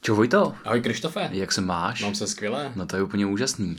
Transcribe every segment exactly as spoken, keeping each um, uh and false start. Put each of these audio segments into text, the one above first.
Čau Vojto. Ahoj Krištofe. Jak se máš? Mám se skvěle. No to je úplně úžasný.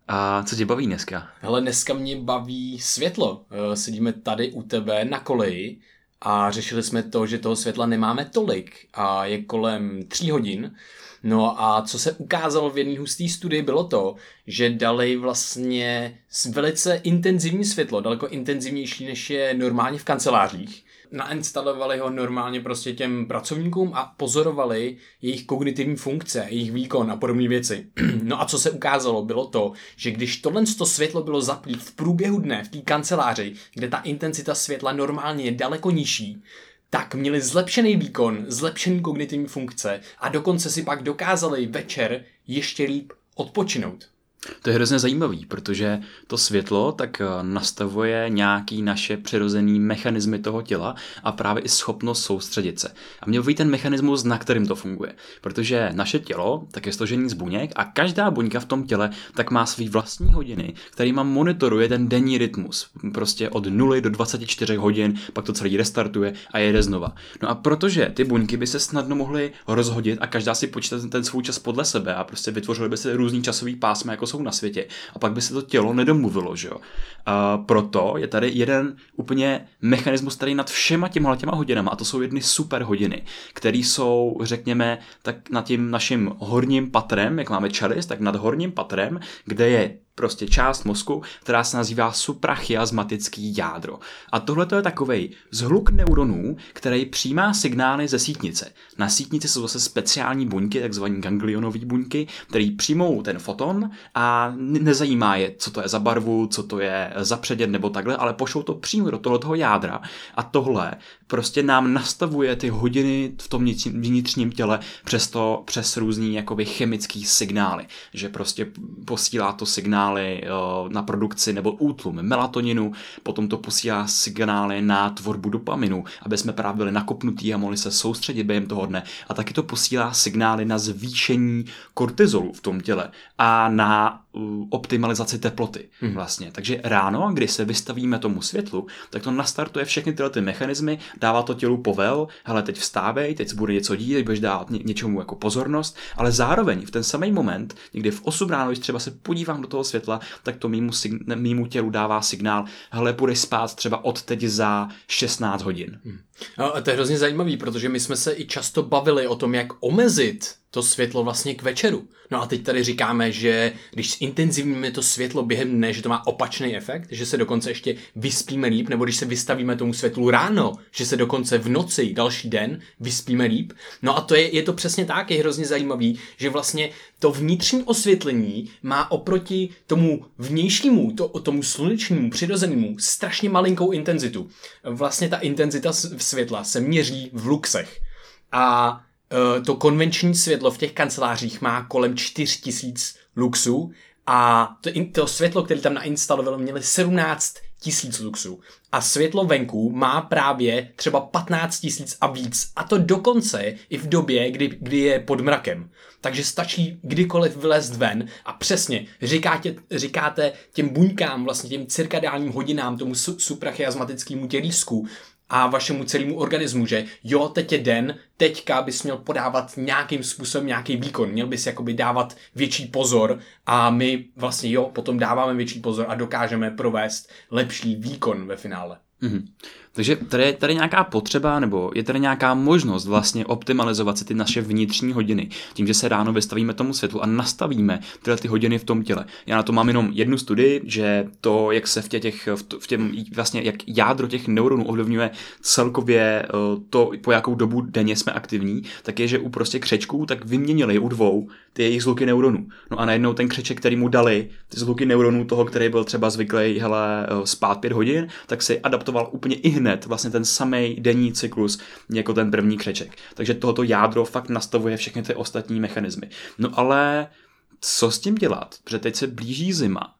A co tě baví dneska? Hele, dneska mě baví světlo. Sedíme tady u tebe na koleji a řešili jsme to, že toho světla nemáme tolik a je kolem tří hodin. No a co se ukázalo v jedné husté studii bylo to, že dali vlastně velice intenzivní světlo, daleko intenzivnější než je normálně v kancelářích. Nainstalovali ho normálně prostě těm pracovníkům a pozorovali jejich kognitivní funkce, jejich výkon a podobné věci. No a co se ukázalo, bylo to, že když tohle světlo bylo zaplý v průběhu dne v té kanceláři, kde ta intenzita světla normálně je daleko nižší, tak měli zlepšený výkon, zlepšený kognitivní funkce a dokonce si pak dokázali večer ještě líp odpočinout. To je hrozně zajímavý, protože to světlo tak nastavuje nějaký naše přirozený mechanismy toho těla a právě i schopnost soustředit se. A měl by ten mechanismus, na kterým to funguje. Protože naše tělo tak je složený z buněk a každá buňka v tom těle tak má svý vlastní hodiny, kterýma monitoruje ten denní rytmus. Prostě od nuly do dvaceti čtyř hodin, pak to celý restartuje a jede znova. No a protože ty buňky by se snadno mohly rozhodit a každá si počítat ten svůj čas podle sebe a prostě vytvořily by se různý časový pásma, jako jsou na světě. A pak by se to tělo nedomluvilo, že jo. A proto je tady jeden úplně mechanismus tady nad všema těma těma hodinama a to jsou jedny super hodiny, které jsou, řekněme, tak nad tím naším horním patrem, jak máme čelis, tak nad horním patrem, kde je prostě část mozku, která se nazývá suprachiasmatický jádro. A tohle je takovej zhluk neuronů, který přijímá signály ze sítnice. Na sítnici jsou zase speciální buňky, takzvané ganglionové buňky, které přijmou ten foton a nezajímá je, co to je za barvu, co to je za předět nebo takhle, ale pošlou to přímo do tohoto jádra a tohle prostě nám nastavuje ty hodiny v tom vnitřním těle přes, to, přes různý jakoby chemický signály, že prostě posílá to signál na produkci nebo útlum melatoninu, potom to posílá signály na tvorbu dopaminu, aby jsme právě byli nakopnutí a mohli se soustředit během toho dne. A taky to posílá signály na zvýšení kortizolu v tom těle a na uh, optimalizaci teploty hmm. vlastně. Takže ráno, když se vystavíme tomu světlu, tak to nastartuje všechny tyhle ty mechanismy, dává to tělu povel, hele, teď vstávej, teď se bude něco dít, teď budeš dávat ně, něčemu jako pozornost, ale zároveň v ten samý moment, někdy v osm ráno, když třeba se podívám do toho světla, tak to mýmu, sign- mýmu tělu dává signál, hele, budeš spát třeba od teď za šestnáct hodin. Hmm. A to je hrozně zajímavý, protože my jsme se i často bavili o tom, jak omezit to světlo vlastně k večeru. No a teď tady říkáme, že když zintenzivníme to světlo během dne, že to má opačný efekt, že se dokonce ještě vyspíme líp, nebo když se vystavíme tomu světlu ráno, že se dokonce v noci, další den, vyspíme líp. No a to je, je to přesně tak, je hrozně zajímavý, že vlastně to vnitřní osvětlení má oproti tomu vnějšímu, to, tomu slunečnímu, přirozenému, strašně malinkou intenzitu. Vlastně ta intenzita světla se měří v luxech. A to konvenční světlo v těch kancelářích má kolem čtyři tisíce luxů a to, to světlo, které tam nainstalovalo, měli sedmnáct tisíc luxů. A světlo venku má právě třeba patnáct tisíc a víc. A to dokonce i v době, kdy, kdy je pod mrakem. Takže stačí kdykoliv vylézt ven a přesně říkáte, říkáte těm buňkám, vlastně těm cirkadiálním hodinám, tomu su, suprachiasmatickému tělísku, a vašemu celému organismu, že jo, teď je den, teďka bys měl podávat nějakým způsobem nějaký výkon, měl bys jakoby dávat větší pozor a my vlastně jo, potom dáváme větší pozor a dokážeme provést lepší výkon ve finále. Mm-hmm. Takže tady je tady nějaká potřeba, nebo je tady nějaká možnost vlastně optimalizovat si ty naše vnitřní hodiny, tím, že se ráno vystavíme tomu světlu a nastavíme tyhle ty hodiny v tom těle. Já na to mám jenom jednu studii, že to, jak se v těch, v těm, vlastně jak jádro těch neuronů ovlivňuje celkově to, po jakou dobu denně jsme aktivní, tak je, že u prostě křečků tak vyměnili u dvou ty jejich zhluky neuronů. No a najednou ten křeček, který mu dali ty zhluky neuronů toho, který byl třeba zvyklý, hele, spát pět hodin, tak si adaptoval úplně i hned vlastně ten samý denní cyklus jako ten první křeček. Takže tohoto jádro fakt nastavuje všechny ty ostatní mechanismy. No ale co s tím dělat? Protože teď se blíží zima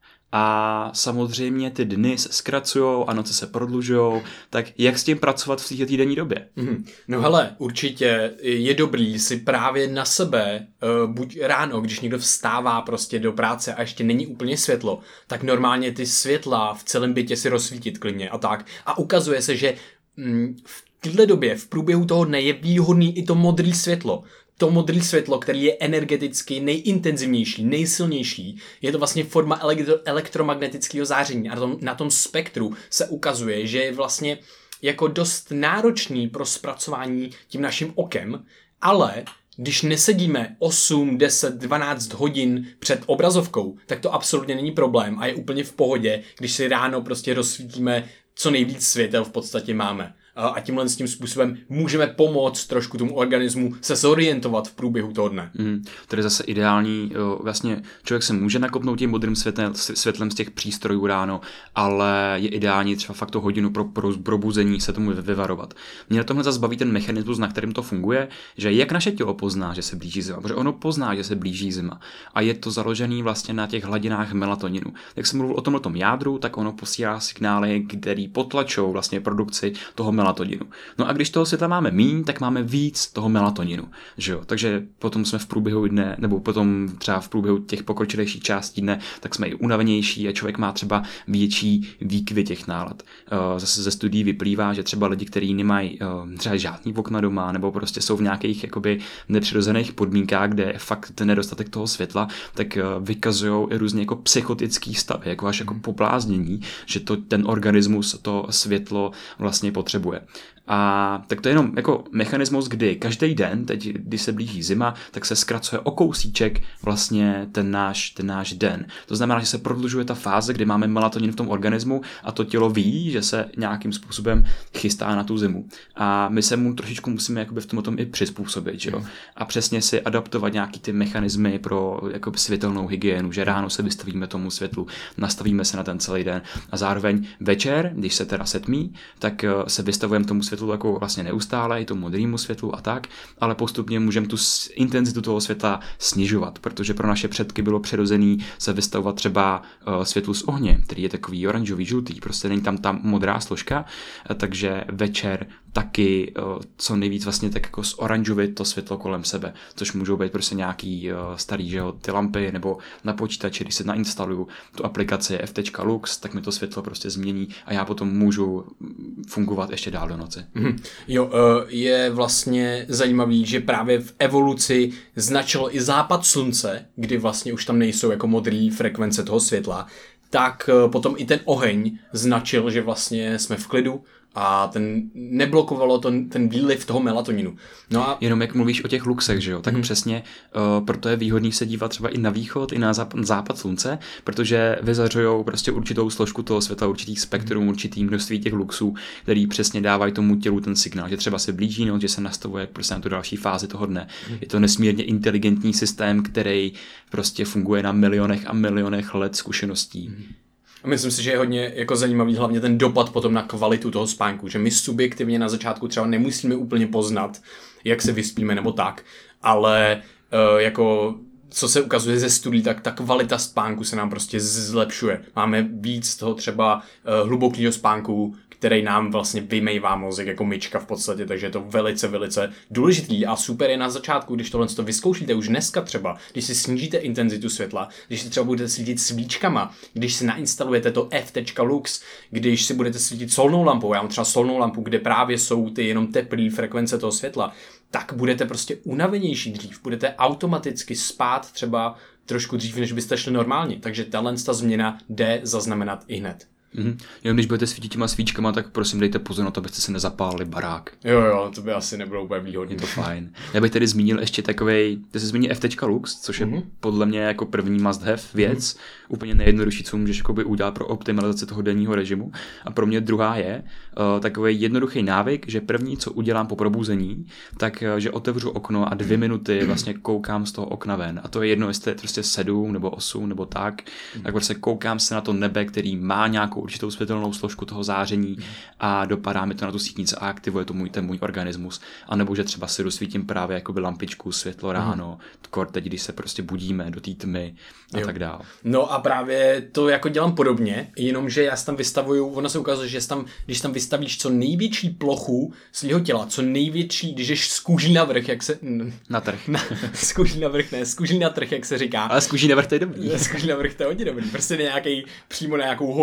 a samozřejmě ty dny se zkracujou a noci se prodlužujou, tak jak s tím pracovat v té týdenní době? Mm-hmm. No hele, určitě je dobrý si právě na sebe, uh, buď ráno, když někdo vstává prostě do práce a ještě není úplně světlo, tak normálně ty světla v celém bytě si rozsvítit klidně a tak. A ukazuje se, že mm, v této době, v průběhu toho dne je výhodný i to modré světlo. to modré světlo, který je energeticky nejintenzivnější, nejsilnější, je to vlastně forma elektro- elektromagnetického záření a na tom, na tom spektru se ukazuje, že je vlastně jako dost náročný pro zpracování tím naším okem, ale když nesedíme osm, deset, dvanáct hodin před obrazovkou, tak to absolutně není problém a je úplně v pohodě, když si ráno prostě rozsvítíme co nejvíc světel v podstatě máme. A tímhle s tím způsobem můžeme pomoct trošku tomu organismu se zorientovat v průběhu toho dne. Mm, to je zase ideální, jo, vlastně člověk se může nakopnout tím modrým světlem, světlem z těch přístrojů ráno, ale je ideální třeba fakt to hodinu pro, pro probuzení se tomu vyvarovat. Mě na tomhle zase baví ten mechanismus, na kterým to funguje, že jak naše tělo pozná, že se blíží zima, protože ono pozná, že se blíží zima a je to založený vlastně na těch hladinách melatoninu. Jak jsem mluvil o tomhletom jádru, tak ono posílá signály, které potlačou vlastně produkci toho melatoninu. No a když toho světla máme míň, tak máme víc toho melatoninu, že jo? Takže potom jsme v průběhu dne, nebo potom třeba v průběhu těch pokročilejších částí dne, tak jsme i unavenější a člověk má třeba větší výkyvy těch nálad. Zase ze studií vyplývá, že třeba lidi, kteří nemají třeba žádný okna doma, nebo prostě jsou v nějakých jakoby nepřirozených podmínkách, kde je fakt ten nedostatek toho světla, tak vykazují i různě jako psychotický stav, jako až jako pobláznění, že to ten organismus to světlo vlastně potřebuje. A tak to je jenom jako mechanismus, kdy každý den, teď když se blíží zima, tak se zkracuje o kousíček vlastně ten náš, ten náš den. To znamená, že se prodlužuje ta fáze, kdy máme melatonin v tom organismu a to tělo ví, že se nějakým způsobem chystá na tu zimu. A my se mu trošičku musíme jakoby v tom, tom i přizpůsobit, že jo? A přesně si adaptovat nějaký ty mechanismy pro jakoby světelnou hygienu, že ráno se vystavíme tomu světlu, nastavíme se na ten celý den a zároveň večer, když se teda setmí, tak se vystavujeme tomu světlu jako vlastně neustále, i tomu modrému světlu a tak, ale postupně můžeme tu intenzitu toho světla snižovat, protože pro naše předky bylo přirozený se vystavovat třeba uh, světlu z ohně, který je takový oranžový, žlutý, prostě není tam ta modrá složka, takže večer taky uh, co nejvíc vlastně tak jako zoranžovit to světlo kolem sebe, což můžou být prostě nějaký uh, starý, že jo, ty lampy, nebo na počítači, když se nainstaluju tu aplikaci F T Lux, tak mi to světlo prostě změní a já potom můžu fungovat ještě dál do noci. Mm-hmm. Jo, je vlastně zajímavý, že právě v evoluci značilo i západ slunce, kdy vlastně už tam nejsou jako modrý frekvence toho světla, tak potom i ten oheň značil, že vlastně jsme v klidu a ten neblokovalo to, ten výliv toho melatoninu. No a... Jenom jak mluvíš o těch luxech, že jo, tak hmm. přesně uh, proto je výhodný se dívat třeba i na východ, i na západ, západ slunce, protože vyzařujou prostě určitou složku toho světla, určitý spektrum, určitý množství těch luxů, který přesně dávají tomu tělu ten signál, že třeba se blíží noc, že se nastavuje prostě na tu další fázi toho dne. Hmm. Je to nesmírně inteligentní systém, který prostě funguje na milionech a milionech let zkušeností. Hmm. A myslím si, že je hodně jako zajímavý hlavně ten dopad potom na kvalitu toho spánku, že my subjektivně na začátku třeba nemusíme úplně poznat, jak se vyspíme nebo tak, ale uh, jako co se ukazuje ze studií, tak ta kvalita spánku se nám prostě zlepšuje. Máme víc toho třeba uh, hlubokého spánku, který nám vlastně vymejvá mozek jako myčka v podstatě, takže je to velice, velice důležitý a super je na začátku, když tohle to vyzkoušíte už dneska třeba, když si snížíte intenzitu světla, když si třeba budete svítit svíčkama, když si nainstalujete to F T Lux, když si budete svítit solnou lampou, já mám třeba solnou lampu, kde právě jsou ty jenom teplý frekvence toho světla, tak budete prostě unavenější dřív, budete automaticky spát třeba trošku dřív, než byste šli normálně, takže tahle ta změna jde zaznamenat i hned. Mm-hmm. Jenom když budete svítit těma svíčkama, tak prosím dejte pozor na to, abyste se nezapálili barák. Jo, jo, to by asi nebylo úplně výhodné. Je to fajn. Já bych tedy zmínil ještě takovej, ty jsi zmínil F T Lux, což je mm-hmm. podle mě jako první must have věc, mm-hmm. úplně nejjednodušší, co můžeš jakoby udělat pro optimalizaci toho denního režimu. A pro mě druhá je uh, takový jednoduchý návyk, že první, co udělám po probuzení, tak uh, že otevřu okno a dvě minuty vlastně koukám z toho okna ven. A to je jedno, jestli je prostě sedm nebo osm nebo tak, mm-hmm. tak prostě koukám se na to nebe, který má nějakou určitou světelnou složku toho záření a dopadá mi to na tu sítnici a aktivuje to můj, ten můj organismus. A nebo že třeba si rozsvítím právě jakoby lampičku, světlo ráno, kor teď, když se prostě budíme do té tmy a jo. tak dál. No a právě to jako dělám podobně, jenomže já tam vystavuju, ono se ukazuje, že tam, když tam vystavíš co největší plochu svého těla, co největší, když ješ z kůží na vrch, jak se... Na trh. Na, z kůží na vrch, ne, z kůží na trh, jak se říká. Ale z kůží na vrch to je dobrý. Z kůží na vrch to je hodně dobrý, prostě nějaký, přímo na nějakou horu, víš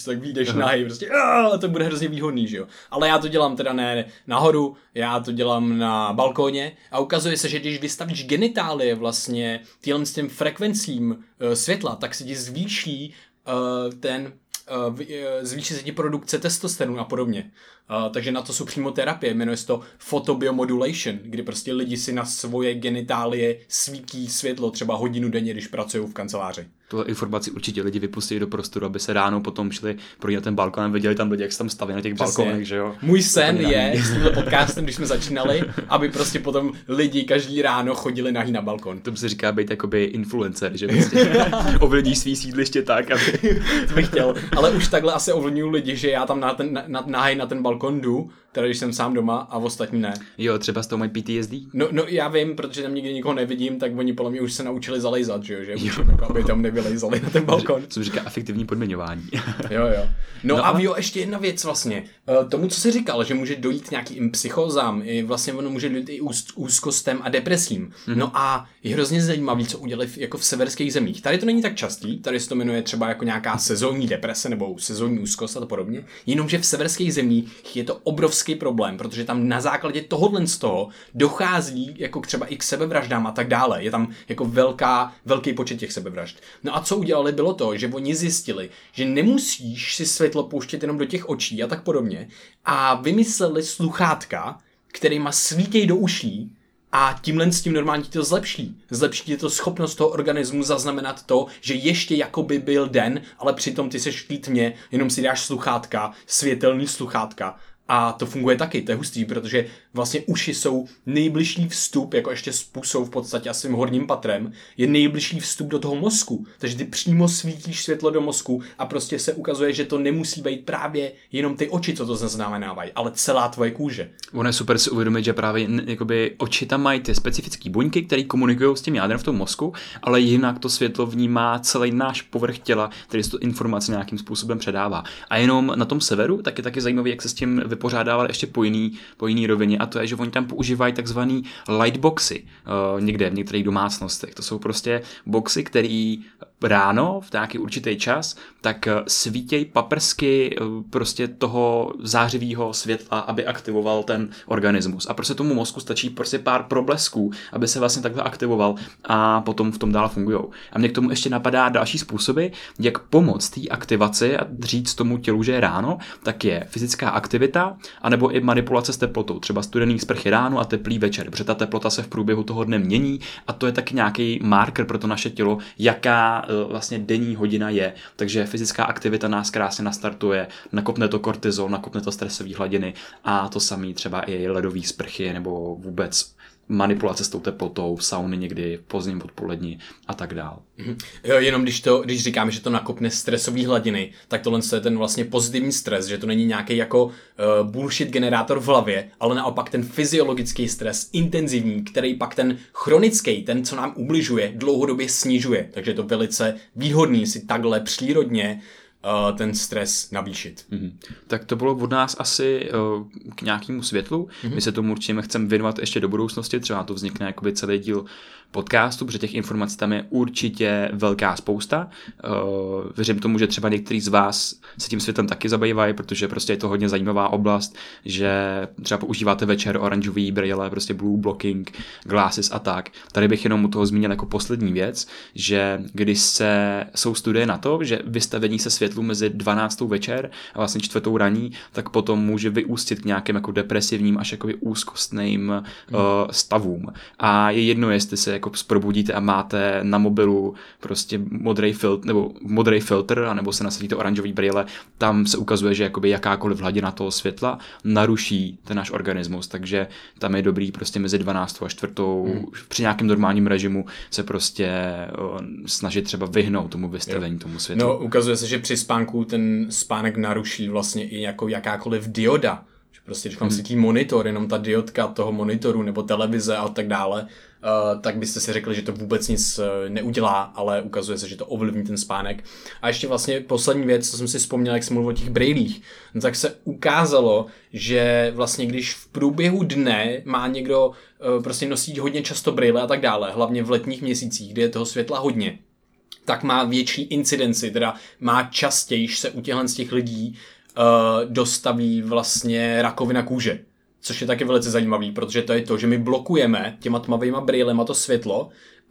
co, tak vyjdeš nahej, prostě a to bude hrozně výhodný, že jo. Ale já to dělám teda ne nahoru, já to dělám na balkóně a ukazuje se, že když vystavíš genitálie vlastně tímhle s tím frekvencím uh, světla, tak se ti zvýší uh, ten uh, zvýší se ti produkce testosteronu a podobně. Uh, takže na to jsou přímo terapie, jmenuje se to photobiomodulation, kdy prostě lidi si na svoje genitálie svítí světlo třeba hodinu denně, když pracují v kanceláři. Tuhle informaci určitě lidi vypustí do prostoru, aby se ráno potom šli projít na ten balkon a viděli tam lidi, jak se tam staví na těch Přesně. balkonech, že jo. Můj sen je s tímhle podcastem, když jsme začínali, aby prostě potom lidi každý ráno chodili nahý na balkon. To se říká být jakoby influencer, že prostě ovlivní svý sídliště tak, aby... to bych chtěl, ale už takhle asi ovlivňuji lidi, že já tam na ten, na, nahej na ten balkon jdu, teda když jsem sám doma a ostatní ne. Jo, třeba z toho mají P T S D? No, no já vím, protože tam nikdy nikoho nevidím, tak oni podle mě už se naučili zalejzat, že jo, že jo. Jako, aby tam nevylejzali na ten balkon. Co říká afektivní podmiňování. jo, jo. No, no a ale... jo, ještě jedna věc vlastně. Tomu, co jsi říkal, že může dojít k nějakým psychózám, i vlastně ono může dojít i úz, úzkostem a depresím. Mm-hmm. No a je hrozně zajímavý, co udělali jako v severských zemích. Tady to není tak častý, tady se to jmenuje třeba jako nějaká sezónní deprese nebo sezónní úzkost a podobně. Jenomže v severských zemích je to obrovský problém, protože tam na základě tohohle z toho dochází jako třeba i k sebevraždám a tak dále. Je tam jako velká, velký počet těch sebevražd. No a co udělali bylo to, že oni zjistili, že nemusíš si světlo pouštět jenom do těch očí a tak podobně a vymysleli sluchátka, kterýma svítěj do uší a tímhle s tím normálně ti to zlepší. Zlepší ti to schopnost toho organismu zaznamenat to, že ještě jakoby byl den, ale přitom ty seš v tmě, jenom si dáš sluchátka, světelný sluchátka. A to funguje taky, to je hustý, protože vlastně uši jsou nejbližší vstup, jako ještě jsou v podstatě asi svým horním patrem, je nejbližší vstup do toho mozku. Takže ty přímo svítíš světlo do mozku a prostě se ukazuje, že to nemusí být právě jenom ty oči, co to zaznamenávají, ale celá tvoje kůže. Ono je super si uvědomit, že právě jakoby, oči tam mají ty specifické buňky, které komunikují s tím jádrem v tom mozku, ale jinak to světlo vnímá celý náš povrch těla, který si tu informaci nějakým způsobem předává. A jenom na tom severu tak je taky zajímavé, jak se s tím vypořádávali ještě po jiný, po jiný rovině, a to je, že oni tam používají takzvaný lightboxy uh, někde v některých domácnostech. To jsou prostě boxy, které ráno v nějaký určitý čas tak svítěj paprsky uh, prostě toho zářivého světla, aby aktivoval ten organismus. A prostě tomu mozku stačí prostě pár problesků, aby se vlastně takhle aktivoval a potom v tom dál fungujou. A mě k tomu ještě napadá další způsoby, jak pomoct té aktivaci a říct tomu tělu, že je ráno, tak je fyzická aktivita, anebo i manipulace s teplotou, třeba studený sprchy ráno a teplý večer, protože ta teplota se v průběhu toho dne mění a to je taky nějaký marker pro to naše tělo, jaká vlastně denní hodina je. Takže fyzická aktivita nás krásně nastartuje, nakopne to kortizol, nakopne to stresové hladiny a to samý třeba i ledový sprchy nebo vůbec manipulace s tou teplotou, sauny někdy v pozdním odpolední a tak dál. Jo, jenom když, to, když říkáme, že to nakopne stresové hladiny, tak tohle je ten vlastně pozitivní stres, že to není nějaký jako uh, bullshit generátor v hlavě, ale naopak ten fyziologický stres, intenzivní, který pak ten chronický, ten, co nám ubližuje, dlouhodobě snižuje. Takže je to velice výhodný si takhle přírodně Uh, ten stres navýšit. Mm-hmm. Tak to bylo od nás asi uh, k nějakému světlu. Mm-hmm. My se tomu určitě chceme věnovat ještě do budoucnosti, třeba to vznikne jakoby celý díl podcastu, protože těch informací tam je určitě velká spousta. Uh, věřím tomu, že třeba některý z vás se tím světlem taky zabývají, protože prostě je to hodně zajímavá oblast, že třeba používáte večer oranžový brýle, prostě blue blocking, glasses a tak. Tady bych jenom u toho zmínil jako poslední věc, že když se jsou studie na to, že vystavení se světlu mezi dvanáctou večer a vlastně čtvrtou raní, tak potom může vyústit k nějakým jako depresivním až jakoby úzkostným hmm. uh, stavům. A je jedno, jestli se jako probudíte a máte na mobilu prostě modrý filtr, nebo modrý filtr, anebo se nasadíte oranžový brýle, tam se ukazuje, že jakoby jakákoliv hladina toho světla naruší ten náš organismus, takže tam je dobrý prostě mezi dvanáctou a čtvrtou hmm. při nějakém normálním režimu se prostě uh, snažit třeba vyhnout tomu vystavení, jo. tomu světlu. No, ukazuje se, že při spánku ten spánek naruší vlastně i jako jakákoliv dioda. Že prostě, když vám hmm. svítí monitor, jenom ta diodka toho monitoru nebo televize a tak dále, uh, tak byste si řekli, že to vůbec nic uh, neudělá, ale ukazuje se, že to ovlivní ten spánek. A ještě vlastně poslední věc, co jsem si vzpomněl, jak jsem mluvil o těch brýlích, no tak se ukázalo, že vlastně když v průběhu dne má někdo uh, prostě nosí hodně často brýle a tak dále, hlavně v letních měsících, kde je toho světla hodně, tak má větší incidenci, teda má častěji se u těchto z těch lidí uh, dostaví vlastně rakovina kůže. Což je taky velice zajímavý, protože to je to, že my blokujeme těma tmavýma brýlema to světlo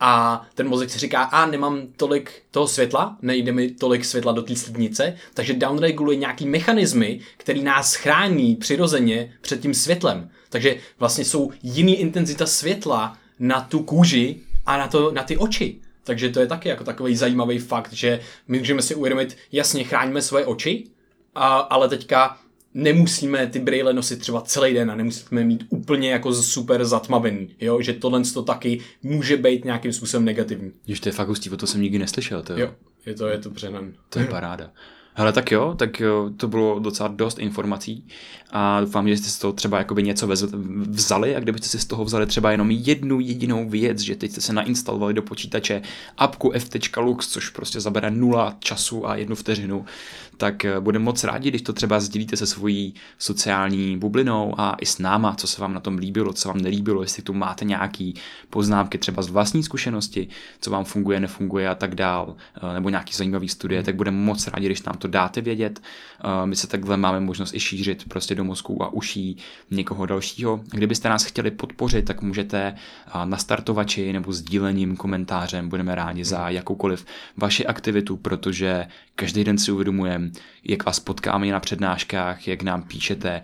a ten mozek si říká, a nemám tolik toho světla, nejde mi tolik světla do té sliznice, takže downreguluje nějaký mechanismy, který nás chrání přirozeně před tím světlem. Takže vlastně jsou jiný intenzita světla na tu kůži a na, to, na ty oči. Takže to je taky jako takový zajímavý fakt, že my můžeme si uvědomit, jasně chráníme svoje oči, a, ale teďka nemusíme ty brýle nosit třeba celý den a nemusíme mít úplně jako super zatmavený, jo? Že tohle to taky může být nějakým způsobem negativní. Když to je fakt hustý, o to jsem nikdy neslyšel. To jo, je to, je to přehnané. To je paráda. Hele, tak jo, tak jo, to bylo docela dost informací a doufám, že jste z toho třeba jakoby něco vzali a kdybyste si z toho vzali třeba jenom jednu jedinou věc, že teď jste se nainstalovali do počítače apku F tečka lux, což prostě zabere nula času a jednu vteřinu, tak budeme moc rádi, když to třeba sdílíte se svojí sociální bublinou a i s náma, co se vám na tom líbilo, co vám nelíbilo, jestli tu máte nějaký poznámky třeba z vlastní zkušenosti, co vám funguje, nefunguje a tak dál, nebo nějaký zajímavý studie, tak budeme moc rádi, když nám to dáte vědět. My se takhle máme možnost i šířit prostě do mozku a uší někoho dalšího. Kdybyste nás chtěli podpořit, tak můžete na startovači nebo sdílením, komentářem, budeme rádi za jakoukoliv vaši aktivitu, protože každý den si uvědomujeme, jak vás potkáme na přednáškách, jak nám píšete,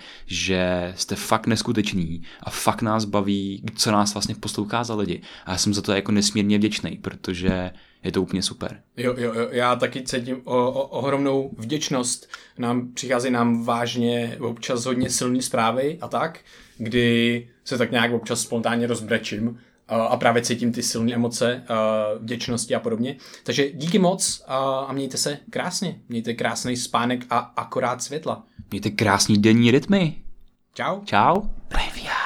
že jste fakt neskuteční a fakt nás baví, co nás vlastně poslouchá za lidi. A já jsem za to jako nesmírně vděčný, protože je to úplně super. Jo, jo, jo, já taky cítím o, o, ohromnou vděčnost. Nám přichází nám vážně občas hodně silné zprávy a tak, kdy se tak nějak občas spontánně rozbrečím a právě cítím ty silné emoce, vděčnosti a podobně. Takže díky moc a mějte se krásně. Mějte krásný spánek a akorát světla. Mějte krásný denní rytmy. Čau. Čau. Previa.